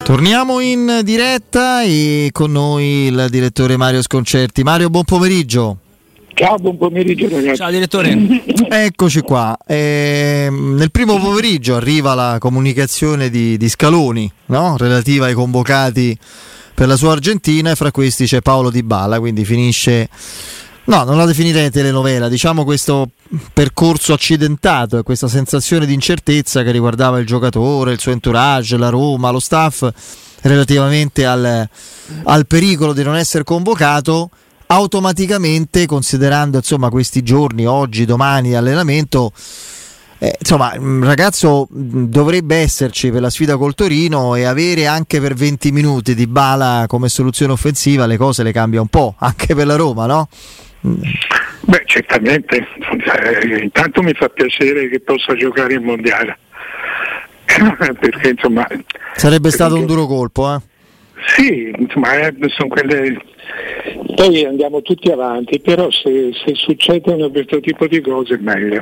Torniamo in diretta e con noi il direttore Mario Sconcerti. Mario, buon pomeriggio. Ciao, buon pomeriggio ragazzi. Ciao direttore. Eccoci qua. Nel primo pomeriggio arriva la comunicazione di Scaloni, no? Relativa ai convocati per la sua Argentina, e fra questi c'è Paulo Dybala, quindi finisce, no, non la definirei telenovela, diciamo questo percorso accidentato e questa sensazione di incertezza che riguardava il giocatore, il suo entourage, la Roma, lo staff, relativamente al pericolo di non essere convocato. Automaticamente, considerando insomma questi giorni, oggi, domani, allenamento, insomma il ragazzo dovrebbe esserci per la sfida col Torino, e avere anche per 20 minuti Dybala come soluzione offensiva le cose le cambia un po', anche per la Roma, no? Beh, certamente, intanto mi fa piacere che possa giocare in mondiale, perché insomma sarebbe stato un duro colpo, eh? Sì, insomma sono quelle, poi andiamo tutti avanti, però se succedono questo tipo di cose è meglio.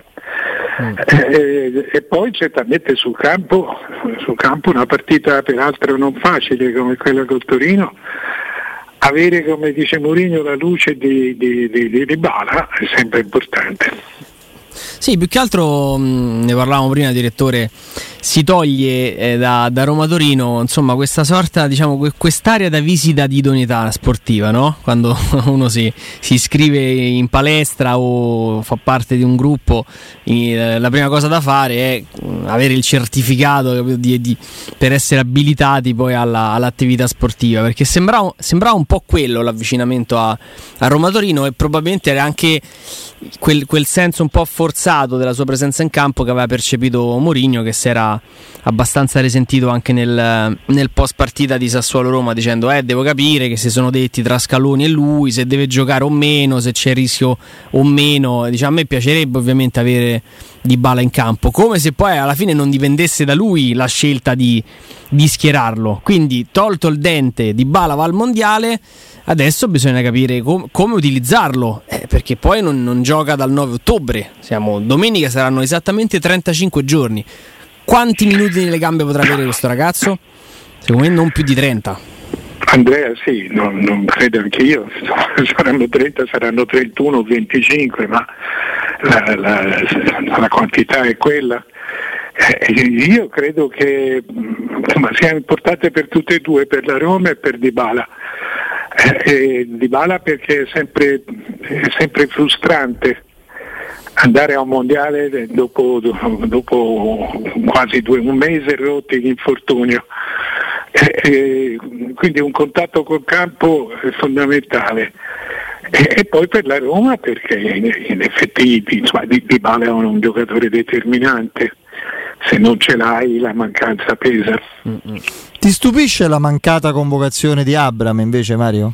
E poi certamente sul campo una partita peraltro non facile come quella col Torino, avere, come dice Mourinho, la luce di Dybala è sempre importante. Sì, più che altro ne parlavamo prima, direttore, si toglie da Roma-Torino, insomma, questa sorta, diciamo, quest'area da visita di idoneità sportiva, no? Quando uno si iscrive in palestra o fa parte di un gruppo, la prima cosa da fare è avere il certificato per essere abilitati poi all'attività sportiva, perché sembrava un po' quello l'avvicinamento a Roma-Torino, e probabilmente era anche quel senso un po' forzato della sua presenza in campo che aveva percepito Mourinho, che si era abbastanza risentito anche nel post partita di Sassuolo-Roma, dicendo devo capire che si sono detti tra Scaloni e lui se deve giocare o meno, se c'è rischio o meno. Dice, a me piacerebbe ovviamente avere Dybala in campo, come se poi alla fine non dipendesse da lui la scelta di schierarlo. Quindi, tolto il dente, Dybala va al mondiale. Adesso bisogna capire come utilizzarlo, perché poi non gioca dal 9 ottobre. Domenica saranno esattamente 35 giorni. Quanti minuti nelle gambe potrà avere questo ragazzo? Secondo me non più di 30. Andrea, sì, non credo anche io. Saranno 30, saranno 31, 25, ma la quantità è quella. Io credo che sia importante per tutte e due, per la Roma e per Dybala. Dybala perché è sempre frustrante andare a un mondiale dopo quasi un mese rotti di infortunio, quindi un contatto col campo è fondamentale, e poi per la Roma perché in effetti Dybala è un giocatore determinante. Se non ce l'hai la mancanza pesa. Ti stupisce la mancata convocazione di Abraham invece, Mario?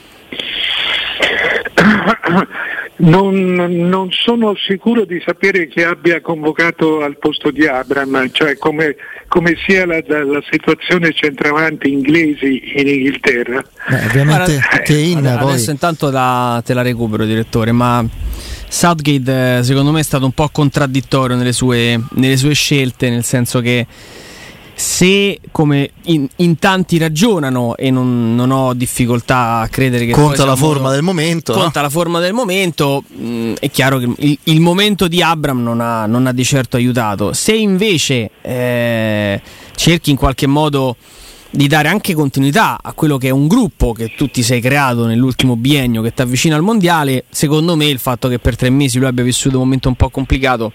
Non sono sicuro di sapere chi abbia convocato al posto di Abraham, cioè come sia la situazione centravanti inglesi in Inghilterra. Ovviamente adesso intanto te la recupero, direttore, ma Southgate secondo me è stato un po' contraddittorio nelle sue scelte, nel senso che se, come in tanti ragionano, e non ho difficoltà a credere che conta la forma del momento, conta la forma del momento, è chiaro che il momento di Abraham non ha di certo aiutato. Se invece cerchi in qualche modo di dare anche continuità a quello che è un gruppo che tu ti sei creato nell'ultimo biennio, che ti avvicina al mondiale, secondo me il fatto che per 3 mesi lui abbia vissuto un momento un po' complicato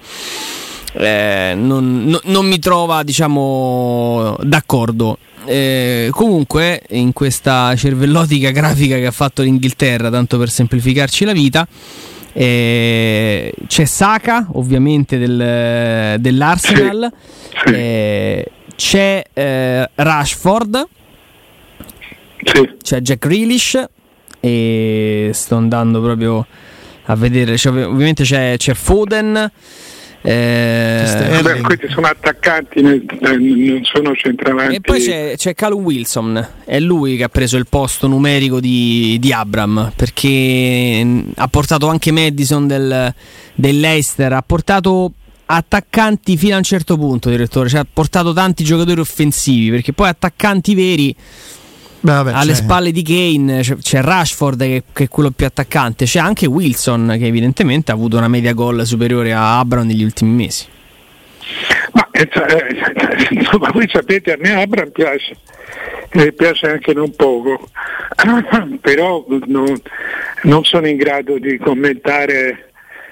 non mi trova, diciamo, d'accordo. Comunque, in questa cervellotica grafica che ha fatto l'Inghilterra, tanto per semplificarci la vita, c'è Saka ovviamente dell'Arsenal, c'è Rashford, c'è Jack Grealish, e sto andando proprio a vedere, ovviamente c'è Foden. Questi sono attaccanti, non sono centravanti. E poi c'è Callum Wilson, è lui che ha preso il posto numerico di Abraham, perché ha portato anche Maddison del Leicester, ha portato attaccanti fino a un certo punto, direttore, cioè ha portato tanti giocatori offensivi, perché poi attaccanti veri alle spalle di Kane c'è Rashford che è quello più attaccante, c'è anche Wilson che evidentemente ha avuto una media gol superiore a Abraham negli ultimi mesi. Ma insomma, voi sapete, a me Abraham piace anche non poco, però non sono in grado di commentare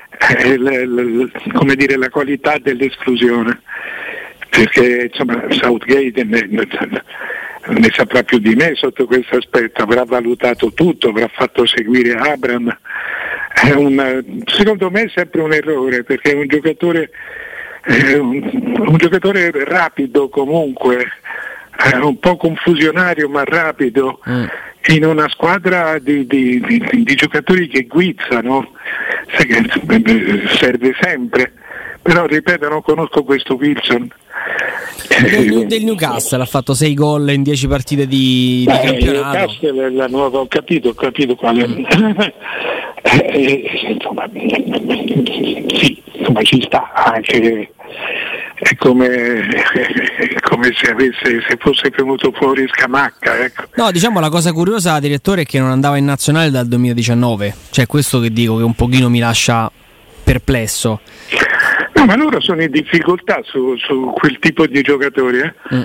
come dire, la qualità dell'esclusione, perché insomma Southgate ne saprà più di me sotto questo aspetto, avrà valutato tutto, avrà fatto seguire Abraham. Secondo me è sempre un errore, perché è un giocatore rapido comunque, un po' confusionario ma rapido, in una squadra di giocatori che guizzano, serve sempre. Però ripeto, non conosco questo Wilson. Del Newcastle ha fatto 6 gol in 10 partite di campionato. Newcastle è la nuova, ho capito quale. Insomma, sì, insomma, ci sta anche. È come se fosse venuto fuori Scamacca, ecco. No, diciamo, la cosa curiosa, direttore, è che non andava in nazionale dal 2019, cioè questo che dico che un pochino mi lascia perplesso. No, ma loro sono in difficoltà su quel tipo di giocatori,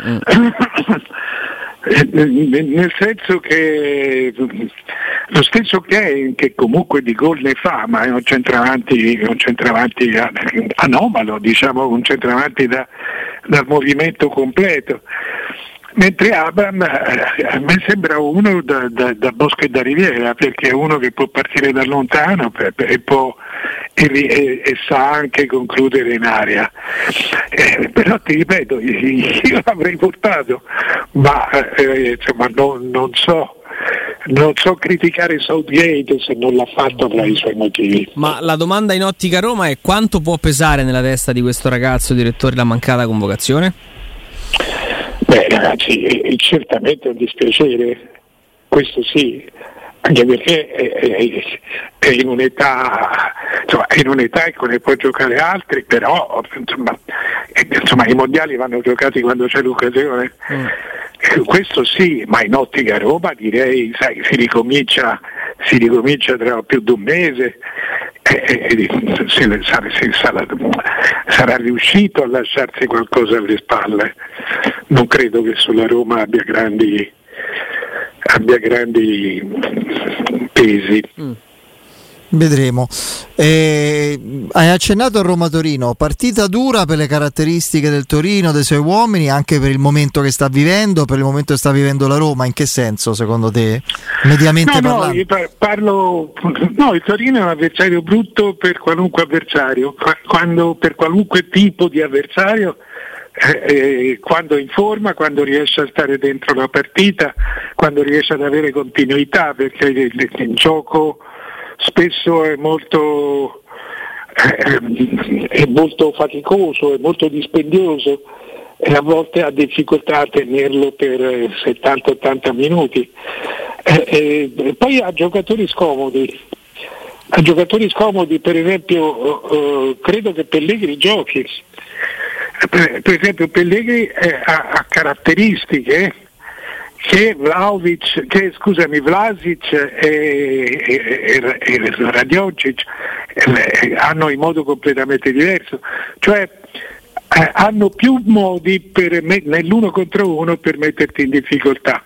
nel senso che lo stesso Kane, che comunque di gol ne fa, ma è un centravanti anomalo, diciamo, un centravanti dal movimento completo, mentre Abraham a me sembra uno da Bosco e da Riviera, perché è uno che può partire da lontano e sa anche concludere in area, però ti ripeto, io l'avrei portato, ma insomma non so criticare Southgate, se non l'ha fatto avrà i suoi motivi. Ma la domanda in ottica Roma è: quanto può pesare nella testa di questo ragazzo, direttore, la mancata convocazione? Beh ragazzi, è certamente un dispiacere, questo sì, anche perché è in un'età, ecco, ne può giocare altri, però insomma i mondiali vanno giocati quando c'è l'occasione. Questo sì, ma in ottica Roma direi, sai, si ricomincia tra più di un mese, sarà riuscito a lasciarsi qualcosa alle spalle. Non credo che sulla Roma abbia grandi pesi. Vedremo. Hai accennato a Roma-Torino, partita dura per le caratteristiche del Torino, dei suoi uomini, anche per il momento che sta vivendo, per il momento che sta vivendo la Roma. In che senso, secondo te, mediamente parlando? Il Torino è un avversario brutto per qualunque avversario, per qualunque tipo di avversario, quando è in forma, quando riesce a stare dentro la partita, quando riesce ad avere continuità, perché il gioco spesso è molto faticoso, è molto dispendioso e a volte ha difficoltà a tenerlo per 70-80 minuti. Poi ha giocatori scomodi, per esempio credo che Pellegrini giochi, per esempio Pellegrini ha caratteristiche che Vlasic e Radonjic hanno in modo completamente diverso, cioè hanno più modi nell'uno contro uno per metterti in difficoltà.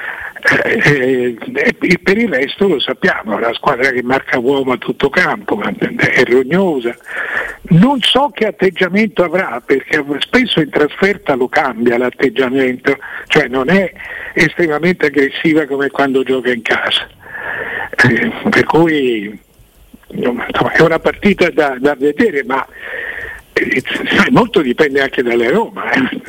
Per il resto lo sappiamo, la squadra che marca uomo a tutto campo, è rognosa. Non so che atteggiamento avrà, perché spesso in trasferta lo cambia l'atteggiamento, cioè non è estremamente aggressiva come quando gioca in casa, per cui insomma, è una partita da vedere, ma molto dipende anche dalle Roma,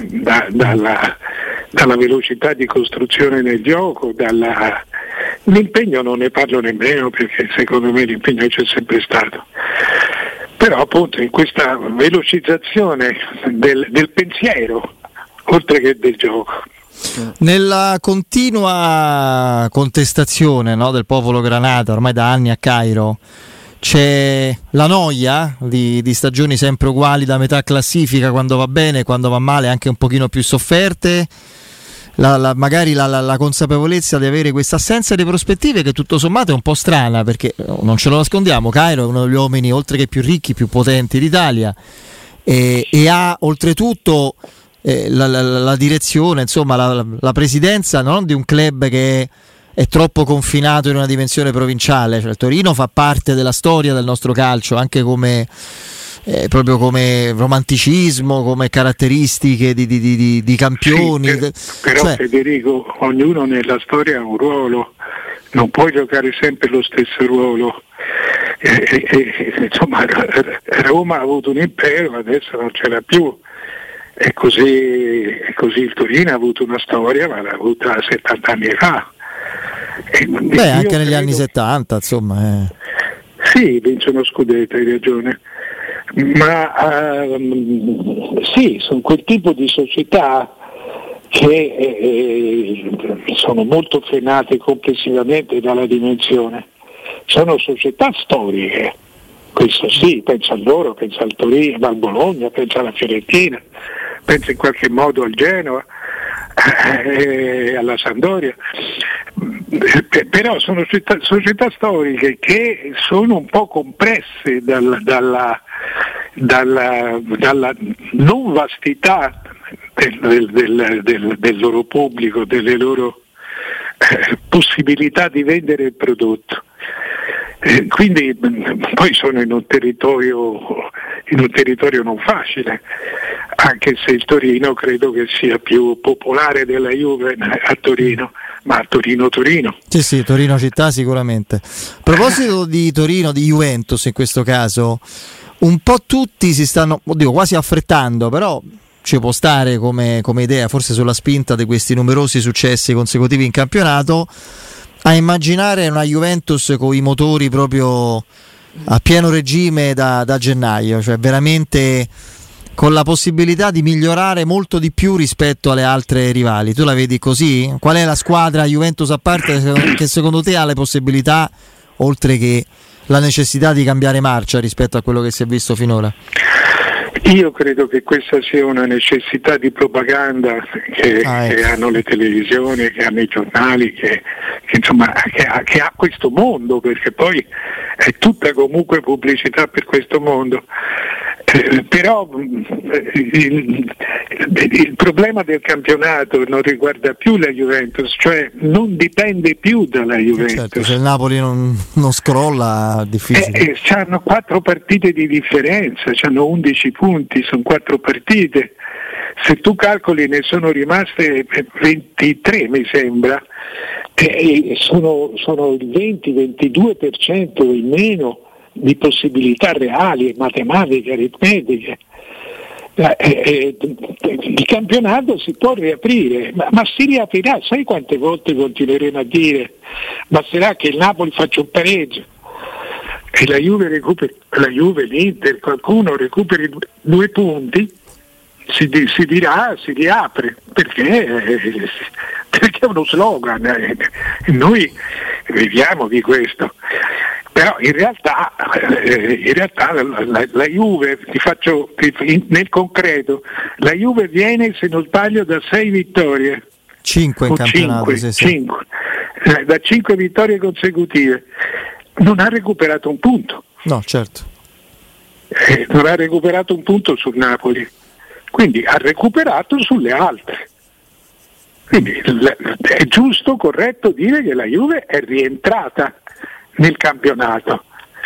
dalla velocità di costruzione nel gioco, l'impegno non ne parlo nemmeno, perché secondo me l'impegno c'è sempre stato, però appunto in questa velocizzazione del pensiero oltre che del gioco. Nella continua contestazione, no, del popolo granata ormai da anni a Cairo c'è la noia di stagioni sempre uguali da metà classifica, quando va bene, quando va male anche un pochino più sofferte, magari la consapevolezza di avere questa assenza di prospettive che tutto sommato è un po' strana, perché non ce lo nascondiamo, Cairo è uno degli uomini oltre che più ricchi, più potenti d'Italia, e ha oltretutto la direzione, insomma la presidenza non di un club che è troppo confinato in una dimensione provinciale, cioè il Torino fa parte della storia del nostro calcio anche come proprio come romanticismo, come caratteristiche di campioni. Sì, però Federico, ognuno nella storia ha un ruolo, non puoi giocare sempre lo stesso ruolo. Insomma, Roma ha avuto un impero, adesso non ce l'ha più. E così il Torino ha avuto una storia, ma l'ha avuta 70 anni fa. Anche negli anni 70, insomma. Sì, vince uno scudetto, hai ragione. Ma sì, sono quel tipo di società che sono molto frenate complessivamente dalla dimensione. Sono società storiche, questo sì, pensa a loro, pensa al Torino, al Bologna, pensa alla Fiorentina, pensa in qualche modo al Genoa, alla Sampdoria. Però sono società storiche che sono un po' compresse dalla non vastità del loro pubblico, delle loro possibilità di vendere il prodotto. Quindi poi sono in un territorio non facile, anche se il Torino credo che sia più popolare della Juve a Torino, ma a Torino. Sì, Torino città sicuramente. A proposito di Torino, di Juventus in questo caso, un po' tutti si stanno, quasi affrettando, però ci può stare come idea, forse sulla spinta di questi numerosi successi consecutivi in campionato, a immaginare una Juventus con i motori proprio a pieno regime da gennaio, cioè veramente con la possibilità di migliorare molto di più rispetto alle altre rivali. Tu la vedi così? Qual è la squadra Juventus a parte che secondo te ha le possibilità, oltre che la necessità di cambiare marcia rispetto a quello che si è visto finora? Io credo che questa sia una necessità di propaganda che hanno le televisioni, che hanno i giornali, che ha questo mondo, perché poi è tutta comunque pubblicità per questo mondo. Però il problema del campionato non riguarda più la Juventus, cioè non dipende più dalla Juventus. Certo, se il Napoli non scrolla è difficile. Hanno 4 partite di differenza, hanno 11 punti, sono 4 partite. Se tu calcoli ne sono rimaste 23 mi sembra, sono il 20-22% in meno di possibilità reali, matematiche, aritmetiche. Il campionato si può riaprire, ma si riaprirà. Sai quante volte continueremo a dire basterà che il Napoli faccia un pareggio e la Juve l'Inter, qualcuno recuperi 2 punti, si dirà, si riapre, perché è uno slogan, noi viviamo di questo. Però in realtà la Juve, nel concreto, la Juve viene, se non sbaglio, da 6 vittorie. 5 in campionato. 5, da 5 vittorie consecutive. Non ha recuperato un punto. No, certo. Non ha recuperato un punto sul Napoli. Quindi ha recuperato sulle altre. Quindi è giusto, corretto dire che la Juve è rientrata nel campionato,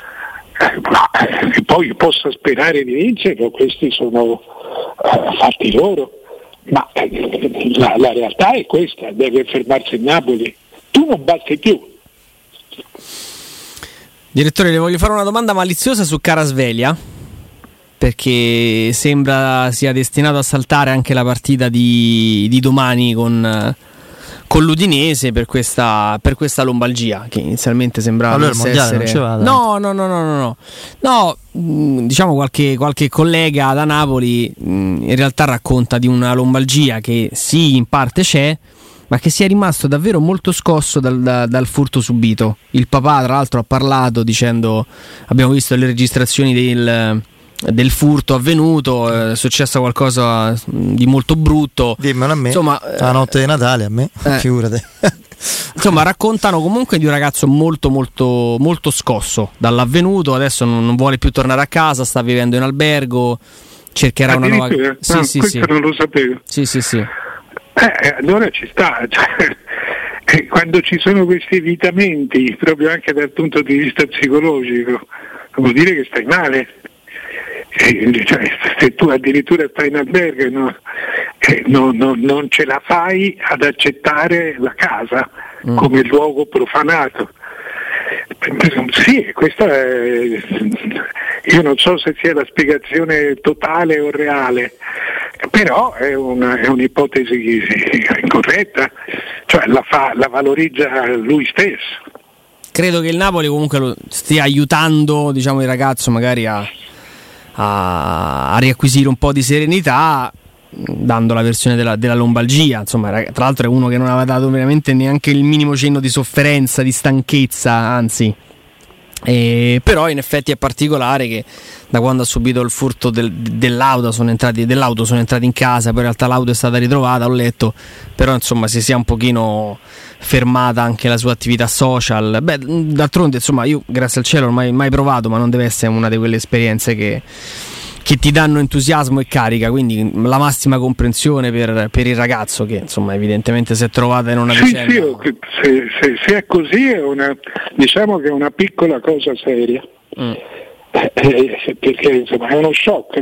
poi possa sperare di vincere, questi sono fatti loro, ma la realtà è questa, deve fermarsi il Napoli, tu non basti più. Direttore, le voglio fare una domanda maliziosa su Kvaratskhelia, perché sembra sia destinato a saltare anche la partita di domani con l'Udinese per questa lombalgia che inizialmente sembrava allora il mondiale non ci vada. No, diciamo qualche collega da Napoli in realtà racconta di una lombalgia che sì, in parte c'è, ma che sia rimasto davvero molto scosso dal furto subito. Il papà tra l'altro ha parlato dicendo, abbiamo visto le registrazioni del furto avvenuto, è successo qualcosa di molto brutto. Dimmelo a me, insomma, la notte di Natale a me, figurate. Insomma, raccontano comunque di un ragazzo molto molto molto scosso dall'avvenuto, adesso non vuole più tornare a casa, sta vivendo in albergo, cercherà una nuova... Questo non lo sapevo. Sì. Allora ci sta, cioè, quando ci sono questi evitamenti, proprio anche dal punto di vista psicologico, vuol dire che stai male. Cioè, se tu addirittura stai in albergo non ce la fai ad accettare la casa come luogo profanato. Sì, questa io non so se sia la spiegazione totale o reale, però è un'ipotesi corretta, cioè la valorizza lui stesso. Credo che il Napoli comunque lo stia aiutando, diciamo, il ragazzo magari a riacquisire un po' di serenità, dando la versione della lombalgia. Insomma, tra l'altro è uno che non aveva dato veramente neanche il minimo cenno di sofferenza, di stanchezza, anzi. Però in effetti è particolare che da quando ha subito il furto dell'auto sono entrati in casa, poi in realtà l'auto è stata ritrovata, ho letto, però insomma si sia un pochino fermata anche la sua attività social. D'altronde insomma io grazie al cielo ormai mai provato, ma non deve essere una di quelle esperienze che ti danno entusiasmo e carica, quindi la massima comprensione per il ragazzo che insomma evidentemente si è trovata in una vicenda. Se è così diciamo che è una piccola cosa seria. Perché insomma è uno shock,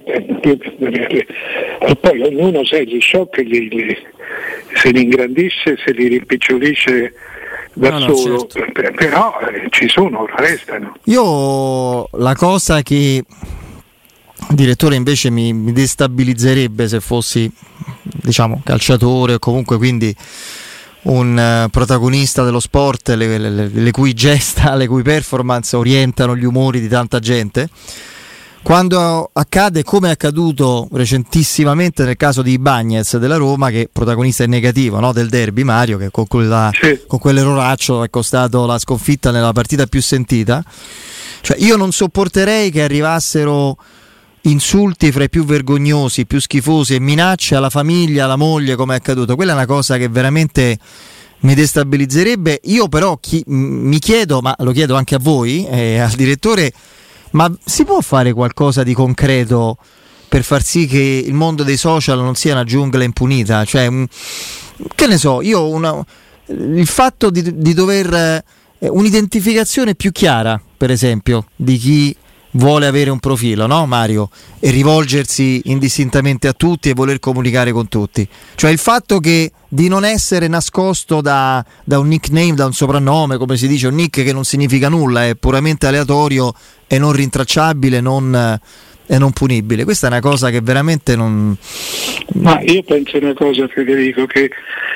e poi ognuno sa gli shock se li ingrandisce, se li rimpicciolisce da solo, certo. Però ci sono, restano. Io la cosa che, direttore, invece mi destabilizzerebbe se fossi, diciamo, calciatore o comunque quindi un protagonista dello sport, le cui gesta, le cui performance orientano gli umori di tanta gente, quando accade come è accaduto recentissimamente nel caso di Ibañez della Roma, che protagonista è negativo, no, del derby, Mario, che con quell'erroraccio è costato la sconfitta nella partita più sentita. Cioè io non sopporterei che arrivassero insulti fra i più vergognosi, più schifosi e minacce alla famiglia, alla moglie, come è accaduto. Quella è una cosa che veramente mi destabilizzerebbe. Io però mi chiedo, ma lo chiedo anche a voi, al direttore, ma si può fare qualcosa di concreto per far sì che il mondo dei social non sia una giungla impunita? Cioè, che ne so, il fatto di dover un'identificazione più chiara, per esempio, di chi vuole avere un profilo, no Mario? E rivolgersi indistintamente a tutti e voler comunicare con tutti. Cioè il fatto che di non essere nascosto da un nickname, da un soprannome, come si dice, un nick che non significa nulla, è puramente aleatorio e non rintracciabile, e non punibile. Questa è una cosa che veramente non... Ma io penso una cosa, Federico, che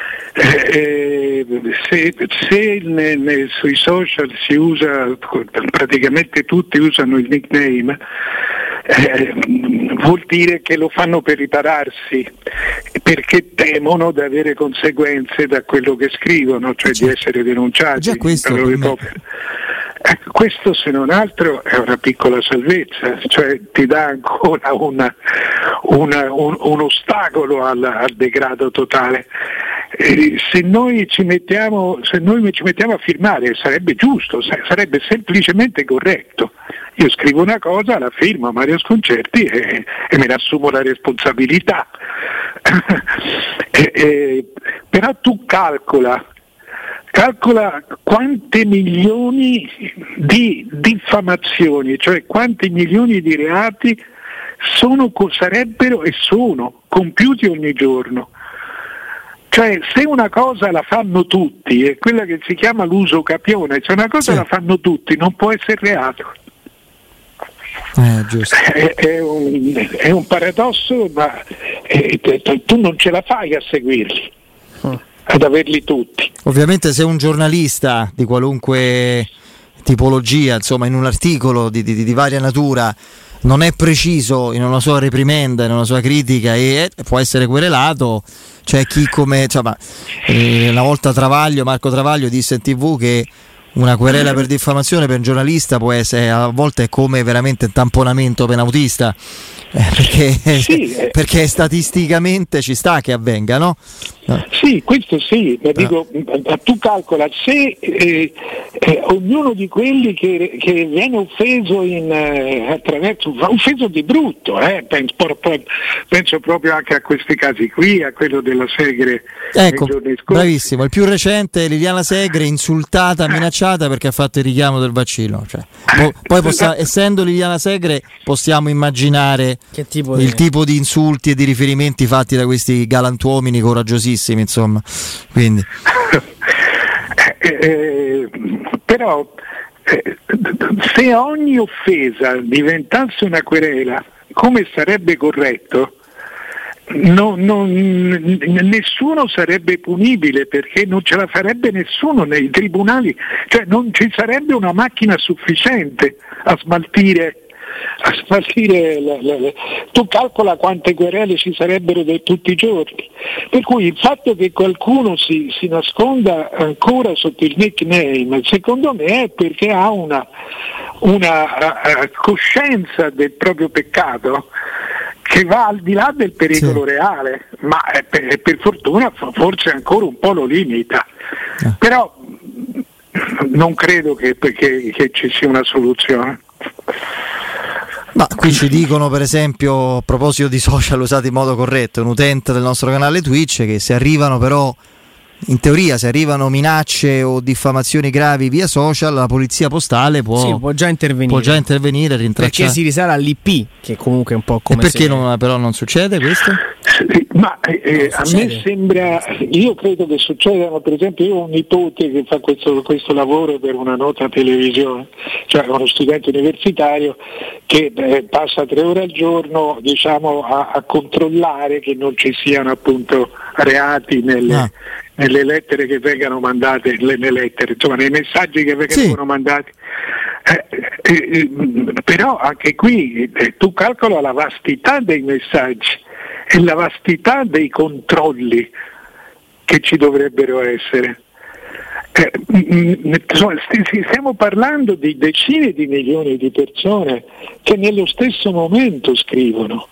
se sui social si usa, praticamente tutti usano il nickname, vuol dire che lo fanno per ripararsi, perché temono di avere conseguenze da quello che scrivono, cioè di essere denunciati. Già questo, questo se non altro è una piccola salvezza, cioè ti dà ancora un ostacolo al degrado totale. Se noi ci mettiamo a firmare sarebbe giusto, sarebbe semplicemente corretto. Io scrivo una cosa, la firmo a Mario Sconcerti e me ne assumo la responsabilità. Però tu calcola quante milioni di diffamazioni, cioè quanti milioni di reati sarebbero e sono compiuti ogni giorno. Cioè se una cosa la fanno tutti, è quella che si chiama l'uso capione, se una cosa la fanno tutti non può essere reato. Giusto. È un paradosso, ma tu non ce la fai a seguirli, ad averli tutti. Ovviamente se un giornalista di qualunque tipologia, insomma in un articolo di varia natura, non è preciso in una sua reprimenda, in una sua critica e può essere querelato, c'è chi come una volta Marco Travaglio disse in TV che una querela per diffamazione per un giornalista può essere, a volte è come veramente un tamponamento per un autista, perché statisticamente ci sta che avvenga, no? Sì, questo sì, ma dico, tu calcola se ognuno di quelli che viene offeso attraverso offeso di brutto, penso proprio anche a questi casi qui, a quello della Segre, ecco, bravissimo, il più recente, Liliana Segre insultata, minacciata perché ha fatto il richiamo del vaccino, poi essendo Liliana Segre possiamo immaginare il tipo di insulti e di riferimenti fatti da questi galantuomini coraggiosissimi, insomma, quindi però se ogni offesa diventasse una querela, come sarebbe corretto, nessuno sarebbe punibile, perché non ce la farebbe nessuno nei tribunali, cioè non ci sarebbe una macchina sufficiente a smaltire tu calcola quante querele ci sarebbero tutti i giorni, per cui il fatto che qualcuno si nasconda ancora sotto il nickname, secondo me è perché ha una coscienza del proprio peccato che va al di là del pericolo reale, ma per fortuna forse ancora un po' lo limita, però non credo che ci sia una soluzione. Ma qui ci dicono, per esempio, a proposito di social usati in modo corretto, un utente del nostro canale Twitch, che se arrivano però, in teoria, se arrivano minacce o diffamazioni gravi via social, la polizia postale può già intervenire, rintracciare. Perché si risale all'IP, che comunque è un po' come e perché però non succede questo? Ma a me sembra, io credo che succedano, per esempio io ho un nipote che fa questo lavoro per una nota televisione, cioè uno studente universitario che passa 3 ore al giorno, diciamo, a controllare che non ci siano appunto reati nelle lettere che vengano mandate, nei messaggi che vengono mandati. Però anche qui tu calcola la vastità dei messaggi e la vastità dei controlli che ci dovrebbero essere. Stiamo parlando di decine di milioni di persone che nello stesso momento scrivono,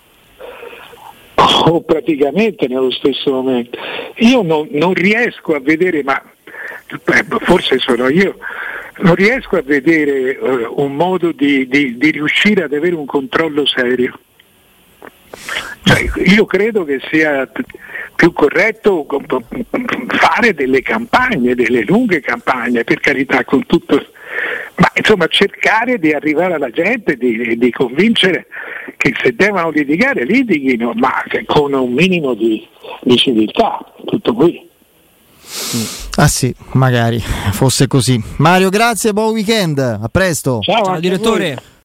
o praticamente nello stesso momento. Io non riesco a vedere, ma forse sono io, non riesco a vedere un modo di riuscire ad avere un controllo serio. Cioè, io credo che sia più corretto fare delle campagne, delle lunghe campagne, per carità, con tutto, ma insomma cercare di arrivare alla gente, di convincere che se devono litigare litighino, ma con un minimo di civiltà, tutto qui. Ah sì, magari fosse così. Mario, grazie, buon weekend, a presto. Ciao direttore.